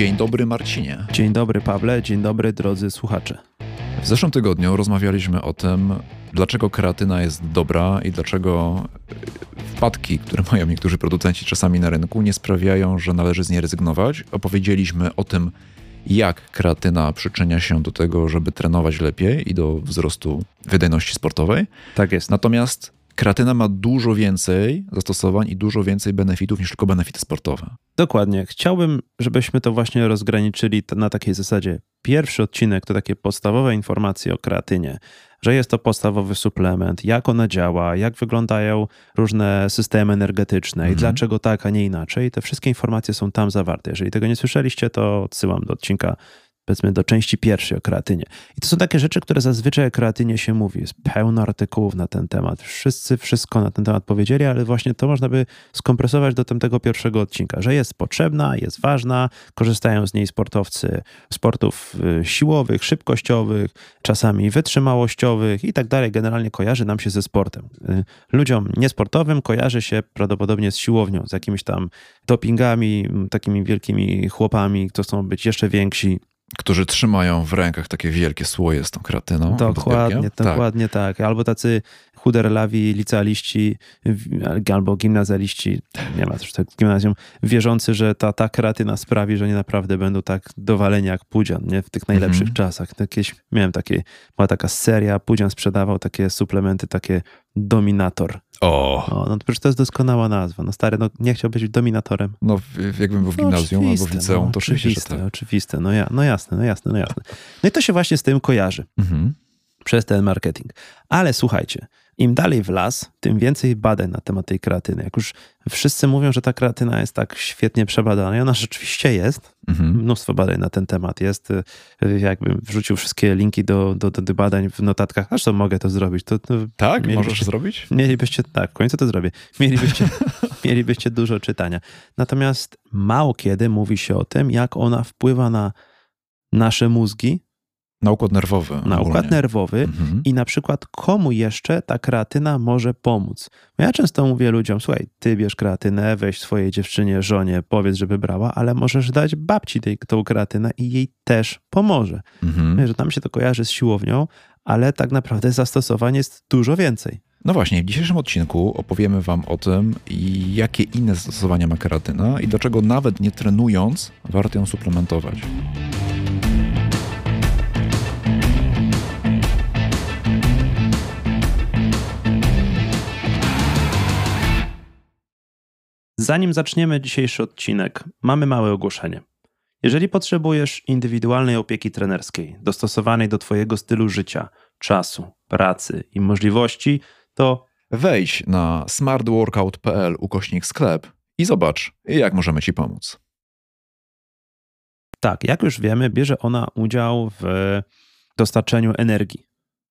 Dzień dobry, Marcinie. Dzień dobry, Pawle. Dzień dobry, drodzy słuchacze. W zeszłym tygodniu rozmawialiśmy o tym, dlaczego kreatyna jest dobra i dlaczego wpadki, które mają niektórzy producenci czasami na rynku, nie sprawiają, że należy z niej rezygnować. Opowiedzieliśmy o tym, jak kreatyna przyczynia się do tego, żeby trenować lepiej i do wzrostu wydajności sportowej. Tak jest. Natomiast kreatyna ma dużo więcej zastosowań i dużo więcej benefitów niż tylko benefity sportowe. Dokładnie. Chciałbym, żebyśmy to właśnie rozgraniczyli na takiej zasadzie. Pierwszy odcinek to takie podstawowe informacje o kreatynie, że jest to podstawowy suplement, jak ona działa, jak wyglądają różne systemy energetyczne i dlaczego tak, a nie inaczej. Te wszystkie informacje są tam zawarte. Jeżeli tego nie słyszeliście, to odsyłam do odcinka, powiedzmy do części pierwszej o kreatynie. I to są takie rzeczy, które zazwyczaj o kreatynie się mówi. Jest pełno artykułów na ten temat. Wszyscy wszystko na ten temat powiedzieli, ale właśnie to można by skompresować do tego pierwszego odcinka, że jest potrzebna, jest ważna, korzystają z niej sportowcy sportów siłowych, szybkościowych, czasami wytrzymałościowych i tak dalej. Generalnie kojarzy nam się ze sportem. Ludziom niesportowym kojarzy się prawdopodobnie z siłownią, z jakimiś tam dopingami, takimi wielkimi chłopami, którzy chcą być jeszcze więksi. Którzy trzymają w rękach takie wielkie słoje z tą kreatyną. Dokładnie tak. Albo tacy chuderlawi licealiści albo gimnazjaliści, nie ma też tak gimnazjum, wierzący, że ta kreatyna sprawi, że oni naprawdę będą tak dowaleni jak Pudzian, nie? W tych najlepszych czasach. Była taka seria, Pudzian sprzedawał takie suplementy, takie Dominator. No przecież to jest doskonała nazwa. No stary, nie chciałbyś być dominatorem. No jakbym był w gimnazjum albo w liceum, to oczywiście, że tak. Oczywiste, no jasne. No i to się właśnie z tym kojarzy. Przez ten marketing. Ale słuchajcie, im dalej w las, tym więcej badań na temat tej kreatyny. Jak już wszyscy mówią, że ta kreatyna jest tak świetnie przebadana i ona rzeczywiście jest. Mnóstwo badań na ten temat jest. Jakbym wrzucił wszystkie linki do badań w notatkach, zresztą mogę to zrobić. Tak? Możesz zrobić? Mielibyście, tak, w końcu to zrobię. Mielibyście dużo czytania. Natomiast mało kiedy mówi się o tym, jak ona wpływa na nasze mózgi, na układ nerwowy. I na przykład komu jeszcze ta kreatyna może pomóc. Bo ja często mówię ludziom, słuchaj, ty bierz kreatynę, weź swojej dziewczynie, żonie, powiedz, żeby brała, ale możesz dać babci tą kreatynę i jej też pomoże. Że tam się to kojarzy z siłownią, ale tak naprawdę zastosowań jest dużo więcej. No właśnie, w dzisiejszym odcinku opowiemy wam o tym, jakie inne zastosowania ma kreatyna i dlaczego nawet nie trenując warto ją suplementować. Zanim zaczniemy dzisiejszy odcinek, mamy małe ogłoszenie. Jeżeli potrzebujesz indywidualnej opieki trenerskiej, dostosowanej do twojego stylu życia, czasu, pracy i możliwości, to wejdź na smartworkout.pl/sklep i zobacz, jak możemy ci pomóc. Tak, jak już wiemy, bierze ona udział w dostarczeniu energii.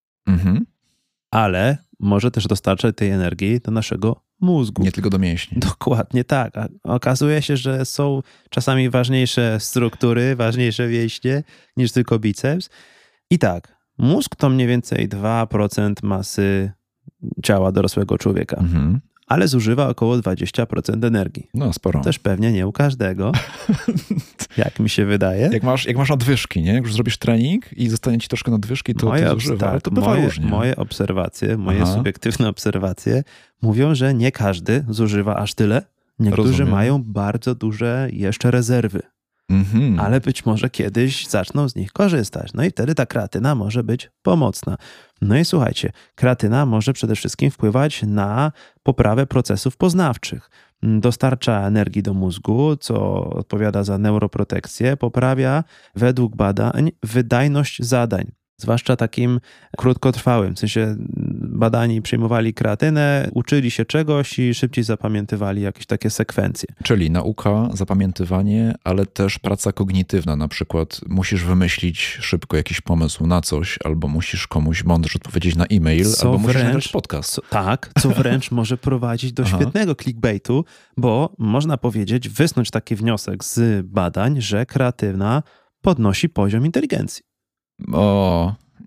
Ale może też dostarczać tej energii do naszego mózgu. Nie tylko do mięśni. Dokładnie tak. A okazuje się, że są czasami ważniejsze struktury, ważniejsze mięśnie niż tylko biceps. I tak, mózg to mniej więcej 2% masy ciała dorosłego człowieka. Ale zużywa około 20% energii. No, sporo. Też pewnie nie u każdego, jak mi się wydaje. Jak masz nadwyżki, nie? Jak już zrobisz trening i zostanie ci troszkę nadwyżki, to zużywa, ale to bywa różnie. Moje subiektywne obserwacje mówią, że nie każdy zużywa aż tyle. Niektórzy mają bardzo duże jeszcze rezerwy. Ale być może kiedyś zaczną z nich korzystać. No i wtedy ta kreatyna może być pomocna. No i słuchajcie, kreatyna może przede wszystkim wpływać na poprawę procesów poznawczych. Dostarcza energii do mózgu, co odpowiada za neuroprotekcję, poprawia według badań wydajność zadań. Zwłaszcza takim krótkotrwałym. W sensie badani przyjmowali kreatynę, uczyli się czegoś i szybciej zapamiętywali jakieś takie sekwencje. Czyli nauka, zapamiętywanie, ale też praca kognitywna. Na przykład musisz wymyślić szybko jakiś pomysł na coś, albo musisz komuś mądrze odpowiedzieć na e-mail, albo musisz nagrać podcast. Co wręcz może prowadzić do świetnego clickbaitu, bo można powiedzieć, wysnuć taki wniosek z badań, że kreatyna podnosi poziom inteligencji.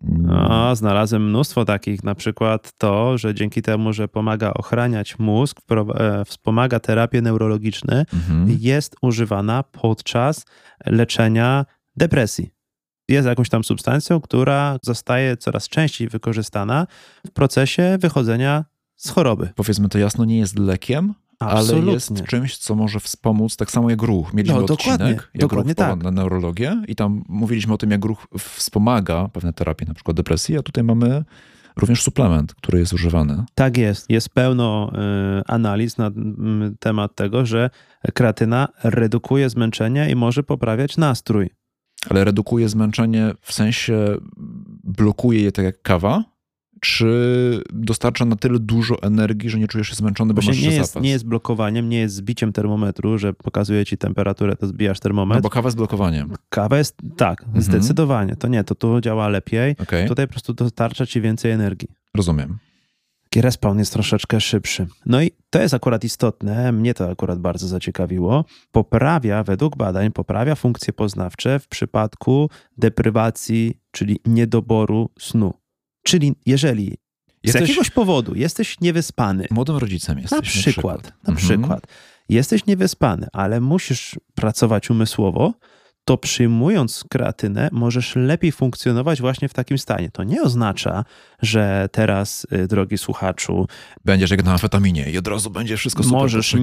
No, znalazłem mnóstwo takich, na przykład to, że dzięki temu, że pomaga ochraniać mózg, wspomaga terapię neurologiczne, jest używana podczas leczenia depresji. Jest jakąś tam substancją, która zostaje coraz częściej wykorzystana w procesie wychodzenia z choroby. Powiedzmy to jasno, nie jest lekiem, Absolutnie. ale jest czymś, co może wspomóc, tak samo jak ruch. Mieliśmy odcinek, jak ruch wpływa na neurologię i tam mówiliśmy o tym, jak ruch wspomaga pewne terapie, na przykład depresji, a tutaj mamy również suplement, który jest używany. Tak jest. Jest pełno analiz na temat tego, że kreatyna redukuje zmęczenie i może poprawiać nastrój. Ale redukuje zmęczenie w sensie blokuje je tak jak kawa? Czy dostarcza na tyle dużo energii, że nie czujesz się zmęczony, bo masz zapas? Nie jest blokowaniem, nie jest zbiciem termometru, że pokazuje ci temperaturę, to zbijasz termometr. No bo kawa jest blokowaniem. Kawa jest, tak, zdecydowanie. To nie, to tu działa lepiej. Okay. Tutaj po prostu dostarcza ci więcej energii. Rozumiem. Taki respawn jest troszeczkę szybszy. No i to jest akurat istotne, mnie to akurat bardzo zaciekawiło. Według badań, poprawia funkcje poznawcze w przypadku deprywacji, czyli niedoboru snu. Czyli jeżeli z jakiegoś powodu jesteś niewyspany. Młodym rodzicem jesteś Na przykład. Jesteś niewyspany, ale musisz pracować umysłowo, to przyjmując kreatynę możesz lepiej funkcjonować właśnie w takim stanie. To nie oznacza, że teraz, drogi słuchaczu, będziesz jak na amfetaminie i od razu będzie wszystko super. Możesz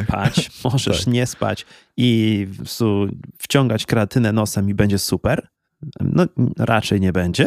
nie spać i wciągać kreatynę nosem i będzie super. No raczej nie będzie,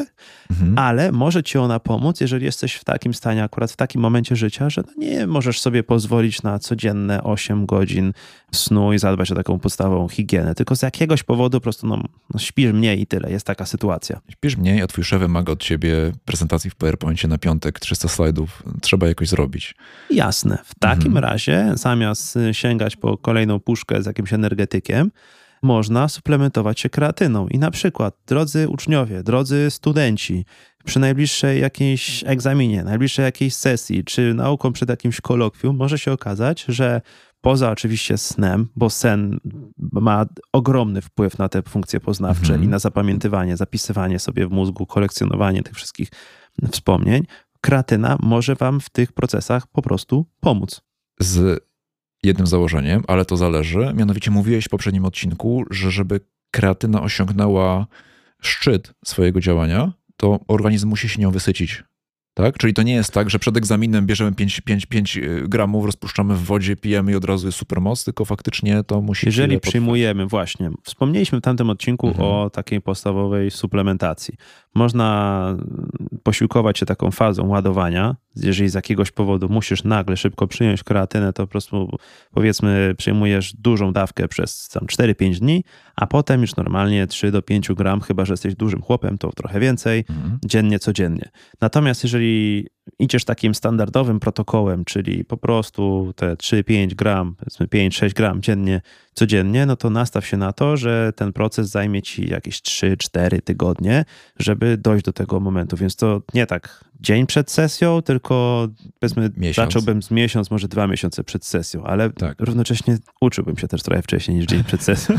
ale może ci ona pomóc, jeżeli jesteś w takim stanie, akurat w takim momencie życia, że nie możesz sobie pozwolić na codzienne 8 godzin snu i zadbać o taką podstawową higienę, tylko z jakiegoś powodu po prostu śpisz mniej i tyle. Jest taka sytuacja. Śpisz mniej, a twój szef wymaga od ciebie prezentacji w PowerPoincie na piątek, 300 slajdów. Trzeba jakoś zrobić. Jasne. W takim razie zamiast sięgać po kolejną puszkę z jakimś energetykiem, można suplementować się kreatyną. I na przykład, drodzy uczniowie, drodzy studenci, przy najbliższej jakiejś egzaminie, najbliższej jakiejś sesji, czy nauką przed jakimś kolokwium, może się okazać, że poza oczywiście snem, bo sen ma ogromny wpływ na te funkcje poznawcze i na zapamiętywanie, zapisywanie sobie w mózgu, kolekcjonowanie tych wszystkich wspomnień, kreatyna może wam w tych procesach po prostu pomóc. Z jednym założeniem, ale to zależy. Mianowicie mówiłeś w poprzednim odcinku, że żeby kreatyna osiągnęła szczyt swojego działania, to organizm musi się nią wysycić. Tak? Czyli to nie jest tak, że przed egzaminem bierzemy 5 gramów, rozpuszczamy w wodzie, pijemy i od razu jest supermoc, tylko faktycznie to musi Jeżeli przyjmujemy, właśnie, wspomnieliśmy w tamtym odcinku o takiej podstawowej suplementacji. Można posiłkować się taką fazą ładowania. Jeżeli z jakiegoś powodu musisz nagle szybko przyjąć kreatynę, to po prostu powiedzmy przyjmujesz dużą dawkę przez tam 4-5 dni, a potem już normalnie 3 do 5 gram, chyba że jesteś dużym chłopem, to trochę więcej, dziennie, codziennie. Natomiast jeżeli idziesz takim standardowym protokołem, czyli po prostu te 3-5 gram, powiedzmy 5-6 gram dziennie, codziennie, no to nastaw się na to, że ten proces zajmie ci jakieś 3-4 tygodnie, żeby dojść do tego momentu. Więc to nie tak dzień przed sesją, tylko powiedzmy zacząłbym z miesiąc, może 2 miesiące przed sesją, ale równocześnie uczyłbym się też trochę wcześniej niż dzień przed sesją.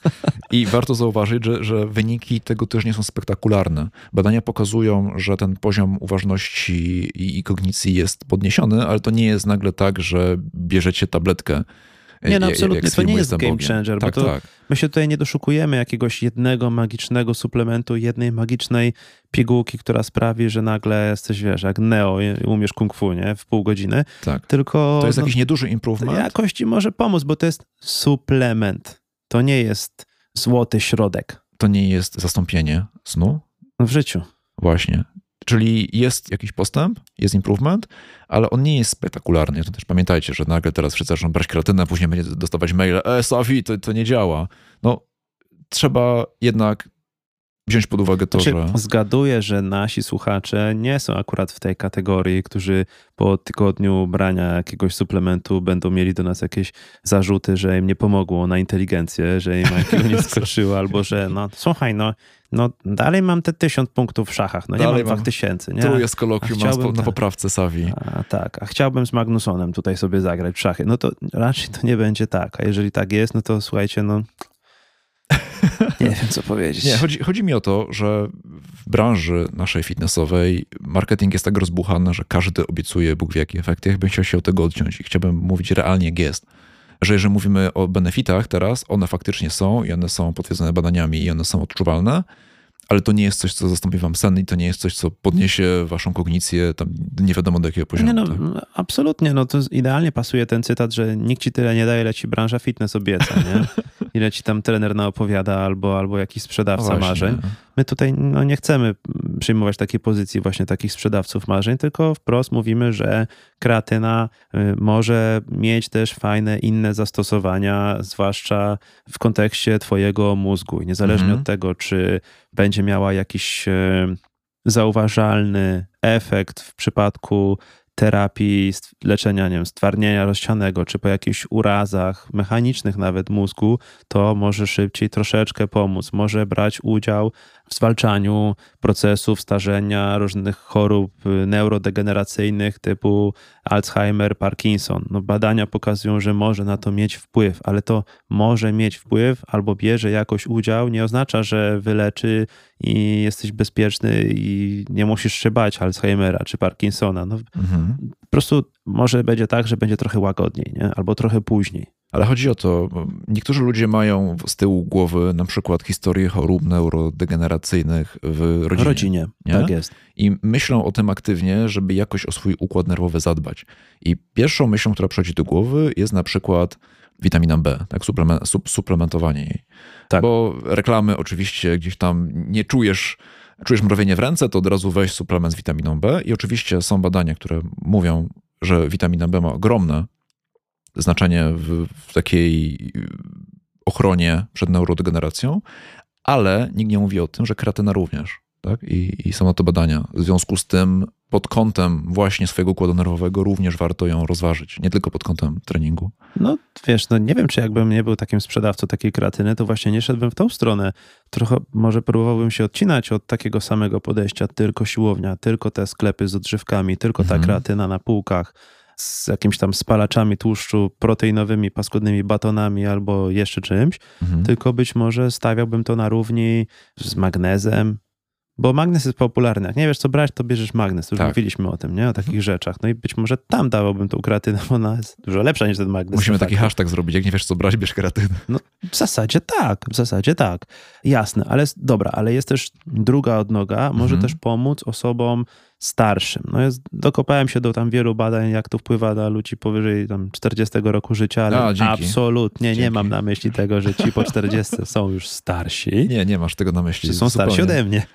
I warto zauważyć, że wyniki tego też nie są spektakularne. Badania pokazują, że ten poziom uważności i kognicji jest podniesiony, ale to nie jest nagle tak, że bierzecie tabletkę. Nie, no absolutnie, to nie jest game changer, tak, bo to my się tutaj nie doszukujemy jakiegoś jednego magicznego suplementu, jednej magicznej pigułki, która sprawi, że nagle jesteś, wiesz, jak Neo i umiesz kung fu, nie? W pół godziny. Tak. Tylko to jest jakiś nieduży improvement. Jakoś ci może pomóc, bo to jest suplement. To nie jest złoty środek. To nie jest zastąpienie snu? W życiu. Właśnie. Czyli jest jakiś postęp, jest improvement, ale on nie jest spektakularny. To też pamiętajcie, że nagle teraz wszyscy zaczną brać kreatynę, a później będzie dostawać maile, Safi, to nie działa. No, trzeba jednak wziąć pod uwagę to, że... Zgaduję, że nasi słuchacze nie są akurat w tej kategorii, którzy po tygodniu brania jakiegoś suplementu będą mieli do nas jakieś zarzuty, że im nie pomogło na inteligencję, że im IQ nie skoczyło, albo że słuchaj, dalej mam te 1000 punktów w szachach, nie mam 2000. Nie? Trójkę z kolokwium mam na poprawce Savi. A chciałbym z Magnusonem tutaj sobie zagrać w szachy. No to raczej to nie będzie tak, a jeżeli tak jest, no to słuchajcie, Nie wiem, co powiedzieć. Nie, chodzi mi o to, że w branży naszej fitnessowej marketing jest tak rozbuchany, że każdy obiecuje Bóg wie jakie efekty. Ja bym chciał się od tego odciąć i chciałbym mówić realnie, jak jest. Że jeżeli mówimy o benefitach teraz, one faktycznie są i one są potwierdzone badaniami i one są odczuwalne, ale to nie jest coś, co zastąpi wam sen i to nie jest coś, co podniesie waszą kognicję tam nie wiadomo do jakiego poziomu. Nie, tak? absolutnie, no to idealnie pasuje ten cytat, że nikt ci tyle nie daje, ile ci branża fitness obieca, nie? Ile ci tam trener naopowiada albo jakiś sprzedawca marzeń. My tutaj nie chcemy przyjmować takiej pozycji właśnie takich sprzedawców marzeń, tylko wprost mówimy, że kreatyna może mieć też fajne inne zastosowania, zwłaszcza w kontekście twojego mózgu. I niezależnie od tego, czy będzie miała jakiś zauważalny efekt w przypadku terapii, leczenia, nie wiem, stwardnienia rozsianego, czy po jakichś urazach mechanicznych nawet mózgu, to może szybciej troszeczkę pomóc. Może brać udział w zwalczaniu procesów starzenia, różnych chorób neurodegeneracyjnych typu Alzheimer, Parkinson. No, badania pokazują, że może na to mieć wpływ, ale to może mieć wpływ albo bierze jakoś udział, nie oznacza, że wyleczy i jesteś bezpieczny i nie musisz się bać Alzheimera czy Parkinsona. No, po prostu może będzie tak, że będzie trochę łagodniej, nie? Albo trochę później. Ale chodzi o to, bo niektórzy ludzie mają z tyłu głowy na przykład historię chorób neurodegeneracyjnych w rodzinie. Nie? Tak jest. I myślą o tym aktywnie, żeby jakoś o swój układ nerwowy zadbać. I pierwszą myślą, która przychodzi do głowy, jest na przykład witamina B, tak, suplementowanie jej. Tak. Bo reklamy oczywiście gdzieś tam nie czujesz mrowienie w ręce, to od razu weź suplement z witaminą B i oczywiście są badania, które mówią, że witamina B ma ogromne znaczenie w takiej ochronie przed neurodegeneracją, ale nikt nie mówi o tym, że kreatyna również. Tak? I są na to badania. W związku z tym pod kątem właśnie swojego układu nerwowego również warto ją rozważyć, nie tylko pod kątem treningu. No wiesz, nie wiem, czy jakbym nie był takim sprzedawcą takiej kreatyny, to właśnie nie szedłbym w tą stronę. Trochę może próbowałbym się odcinać od takiego samego podejścia, tylko siłownia, tylko te sklepy z odżywkami, tylko ta kreatyna na półkach, z jakimiś tam spalaczami tłuszczu, proteinowymi, paskudnymi batonami albo jeszcze czymś, tylko być może stawiałbym to na równi z magnezem, bo magnez jest popularny. Jak nie wiesz, co brać, to bierzesz magnez. Już mówiliśmy o tym, nie? O takich rzeczach. No i być może tam dawałbym tą kreatynę, bo ona jest dużo lepsza niż ten magnez. Musimy taki hashtag zrobić. Jak nie wiesz, co brać, bierz kreatynę. No w zasadzie tak. Jasne, ale dobra, ale jest też druga odnoga. Może też pomóc osobom starszym. No dokopałem się do tam wielu badań, jak to wpływa na ludzi powyżej tam 40 roku życia, ale absolutnie nie mam na myśli tego, że ci po 40 są już starsi. Nie masz tego na myśli. Czy są starsi ode mnie.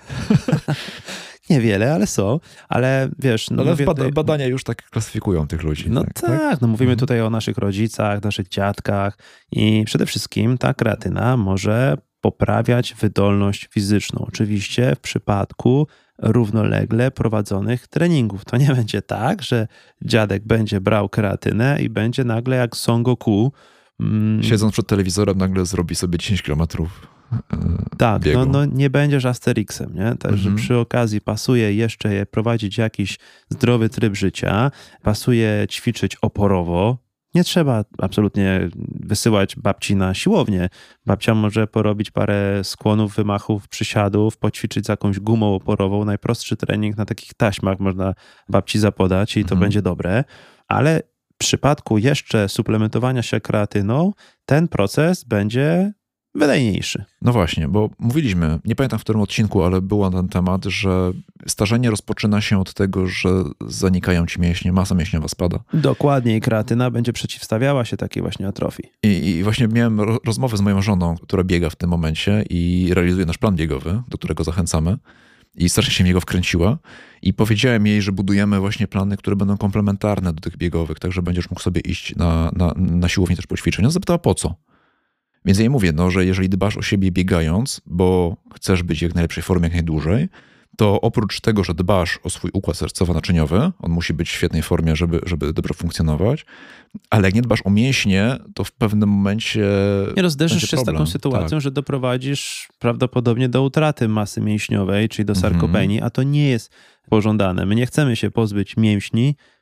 Niewiele, ale są. Ale wiesz... No, ale badania już tak klasyfikują tych ludzi. No tak. No mówimy tutaj o naszych rodzicach, naszych dziadkach i przede wszystkim ta kreatyna może poprawiać wydolność fizyczną. Oczywiście w przypadku równolegle prowadzonych treningów. To nie będzie tak, że dziadek będzie brał kreatynę i będzie nagle jak Son Goku. Siedząc przed telewizorem nagle zrobi sobie 10 kilometrów tak, biegu. No nie będziesz Asterixem, nie? Także przy okazji pasuje jeszcze prowadzić jakiś zdrowy tryb życia, pasuje ćwiczyć oporowo. Nie trzeba absolutnie wysyłać babci na siłownię. Babcia może porobić parę skłonów, wymachów, przysiadów, poćwiczyć z jakąś gumą oporową. Najprostszy trening na takich taśmach można babci zapodać i to będzie dobre. Ale w przypadku jeszcze suplementowania się kreatyną, ten proces będzie wydajniejszy. No właśnie, bo mówiliśmy, nie pamiętam w którym odcinku, ale był ten temat, że starzenie rozpoczyna się od tego, że zanikają ci mięśnie, masa mięśniowa spada. Dokładnie i kreatyna będzie przeciwstawiała się takiej właśnie atrofii. I właśnie miałem rozmowę z moją żoną, która biega w tym momencie i realizuje nasz plan biegowy, do którego zachęcamy. I strasznie się w niego wkręciła. I powiedziałem jej, że budujemy właśnie plany, które będą komplementarne do tych biegowych, tak że będziesz mógł sobie iść na siłownię też poćwiczyć. Ona zapytała, po co? Więc ja jej mówię, że jeżeli dbasz o siebie biegając, bo chcesz być w jak najlepszej formie jak najdłużej, to oprócz tego, że dbasz o swój układ sercowo-naczyniowy, on musi być w świetnej formie, żeby dobrze funkcjonować, ale jak nie dbasz o mięśnie, to w pewnym momencie nie rozderzysz się z taką sytuacją, że doprowadzisz prawdopodobnie do utraty masy mięśniowej, czyli do sarkopenii, a to nie jest pożądane. My nie chcemy się pozbyć mięśni,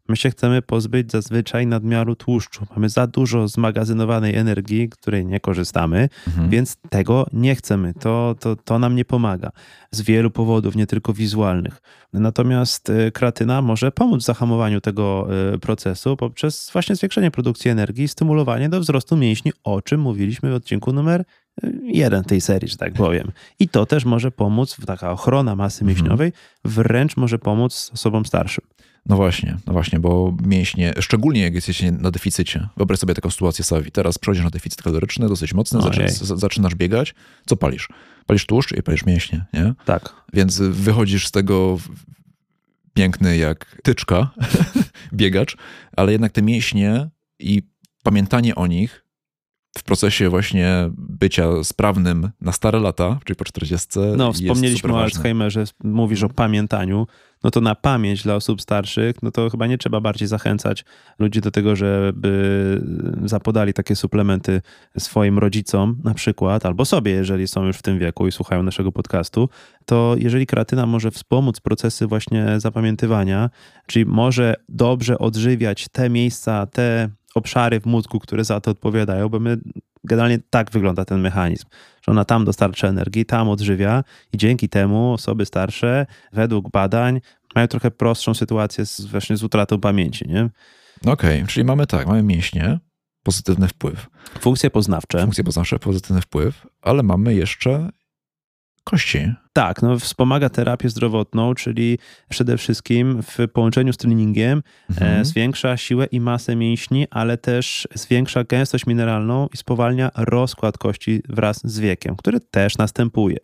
My się chcemy pozbyć zazwyczaj nadmiaru tłuszczu. Mamy za dużo zmagazynowanej energii, której nie korzystamy, więc tego nie chcemy. To nam nie pomaga. Z wielu powodów, nie tylko wizualnych. Natomiast kreatyna może pomóc w zahamowaniu tego procesu poprzez właśnie zwiększenie produkcji energii i stymulowanie do wzrostu mięśni, o czym mówiliśmy w odcinku numer 1 tej serii, że tak powiem. I to też może pomóc, taka ochrona masy mięśniowej, wręcz może pomóc osobom starszym. No właśnie, bo mięśnie, szczególnie jak jesteście na deficycie, wyobraź sobie taką sytuację, Savi, teraz przechodzisz na deficyt kaloryczny, dosyć mocny, zaczynasz biegać, co palisz? Palisz tłuszcz i palisz mięśnie, nie? Tak. Więc wychodzisz z tego piękny jak tyczka, biegacz, ale jednak te mięśnie i pamiętanie o nich w procesie właśnie bycia sprawnym na stare lata, czyli po 40. No, wspomnieliśmy o Alzheimerze, mówisz o pamiętaniu, no to na pamięć dla osób starszych, no to chyba nie trzeba bardziej zachęcać ludzi do tego, żeby zapodali takie suplementy swoim rodzicom na przykład, albo sobie, jeżeli są już w tym wieku i słuchają naszego podcastu, to jeżeli kreatyna może wspomóc procesy właśnie zapamiętywania, czyli może dobrze odżywiać te miejsca, te obszary w mózgu, które za to odpowiadają, bo generalnie tak wygląda ten mechanizm, że ona tam dostarcza energii, tam odżywia i dzięki temu osoby starsze według badań mają trochę prostszą sytuację właśnie z utratą pamięci, nie? Okej, czyli mamy mięśnie, pozytywny wpływ. Funkcje poznawcze, pozytywny wpływ, ale mamy jeszcze kości. Tak, no wspomaga terapię zdrowotną, czyli przede wszystkim w połączeniu z treningiem zwiększa siłę i masę mięśni, ale też zwiększa gęstość mineralną i spowalnia rozkład kości wraz z wiekiem, który też następuje.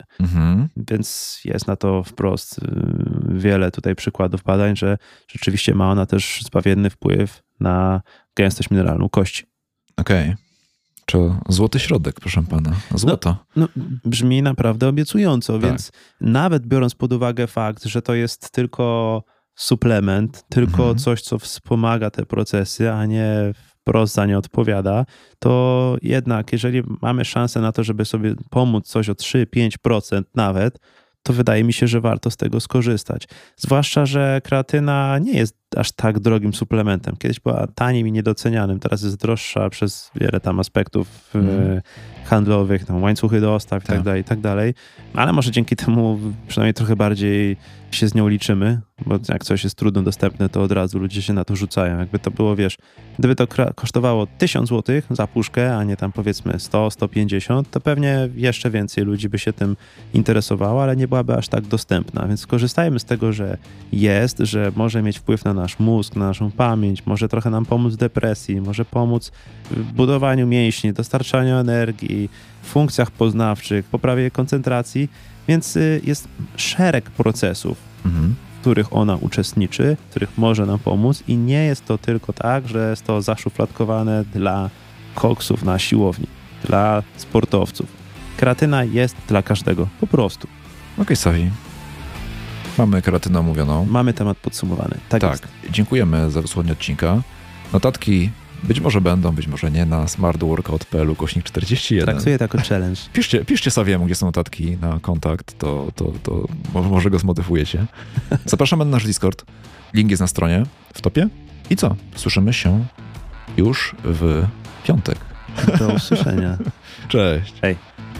Więc jest na to wprost wiele tutaj przykładów badań, że rzeczywiście ma ona też zbawienny wpływ na gęstość mineralną kości. Okej. Czy złoty środek, proszę pana? Złoto. No, brzmi naprawdę obiecująco, więc nawet biorąc pod uwagę fakt, że to jest tylko suplement, tylko coś, co wspomaga te procesy, a nie wprost za nie odpowiada, to jednak jeżeli mamy szansę na to, żeby sobie pomóc coś o 3-5% nawet, to wydaje mi się, że warto z tego skorzystać. Zwłaszcza, że kreatyna nie jest aż tak drogim suplementem. Kiedyś była tanim i niedocenianym, teraz jest droższa przez wiele tam aspektów handlowych, tam łańcuchy dostaw i tak dalej. Ale może dzięki temu przynajmniej trochę bardziej się z nią liczymy, bo jak coś jest trudno dostępne, to od razu ludzie się na to rzucają. Jakby to było, gdyby to kosztowało 1000 zł za puszkę, a nie tam powiedzmy 100, 150, to pewnie jeszcze więcej ludzi by się tym interesowało, ale nie byłaby aż tak dostępna. Więc korzystajmy z tego, że jest, że może mieć wpływ na nasz mózg, na naszą pamięć, może trochę nam pomóc w depresji, może pomóc w budowaniu mięśni, dostarczaniu energii, funkcjach poznawczych, poprawie koncentracji, więc jest szereg procesów, w których ona uczestniczy, w których może nam pomóc i nie jest to tylko tak, że jest to zaszufladkowane dla koksów na siłowni, dla sportowców. Kreatyna jest dla każdego, po prostu. Okej, Savi. Mamy kreatynę omówioną. Mamy temat podsumowany. Tak. Jest. Dziękujemy za wysłuchanie odcinka. Notatki być może będą, być może nie na smartworkout.pl/41. Traktuję to jako challenge. Piszcie Saviemu, gdzie są notatki na kontakt, to może go zmotywujecie. Zapraszamy na nasz Discord. Link jest na stronie, w topie. I co? Słyszymy się już w piątek. Do usłyszenia. Cześć. Hej.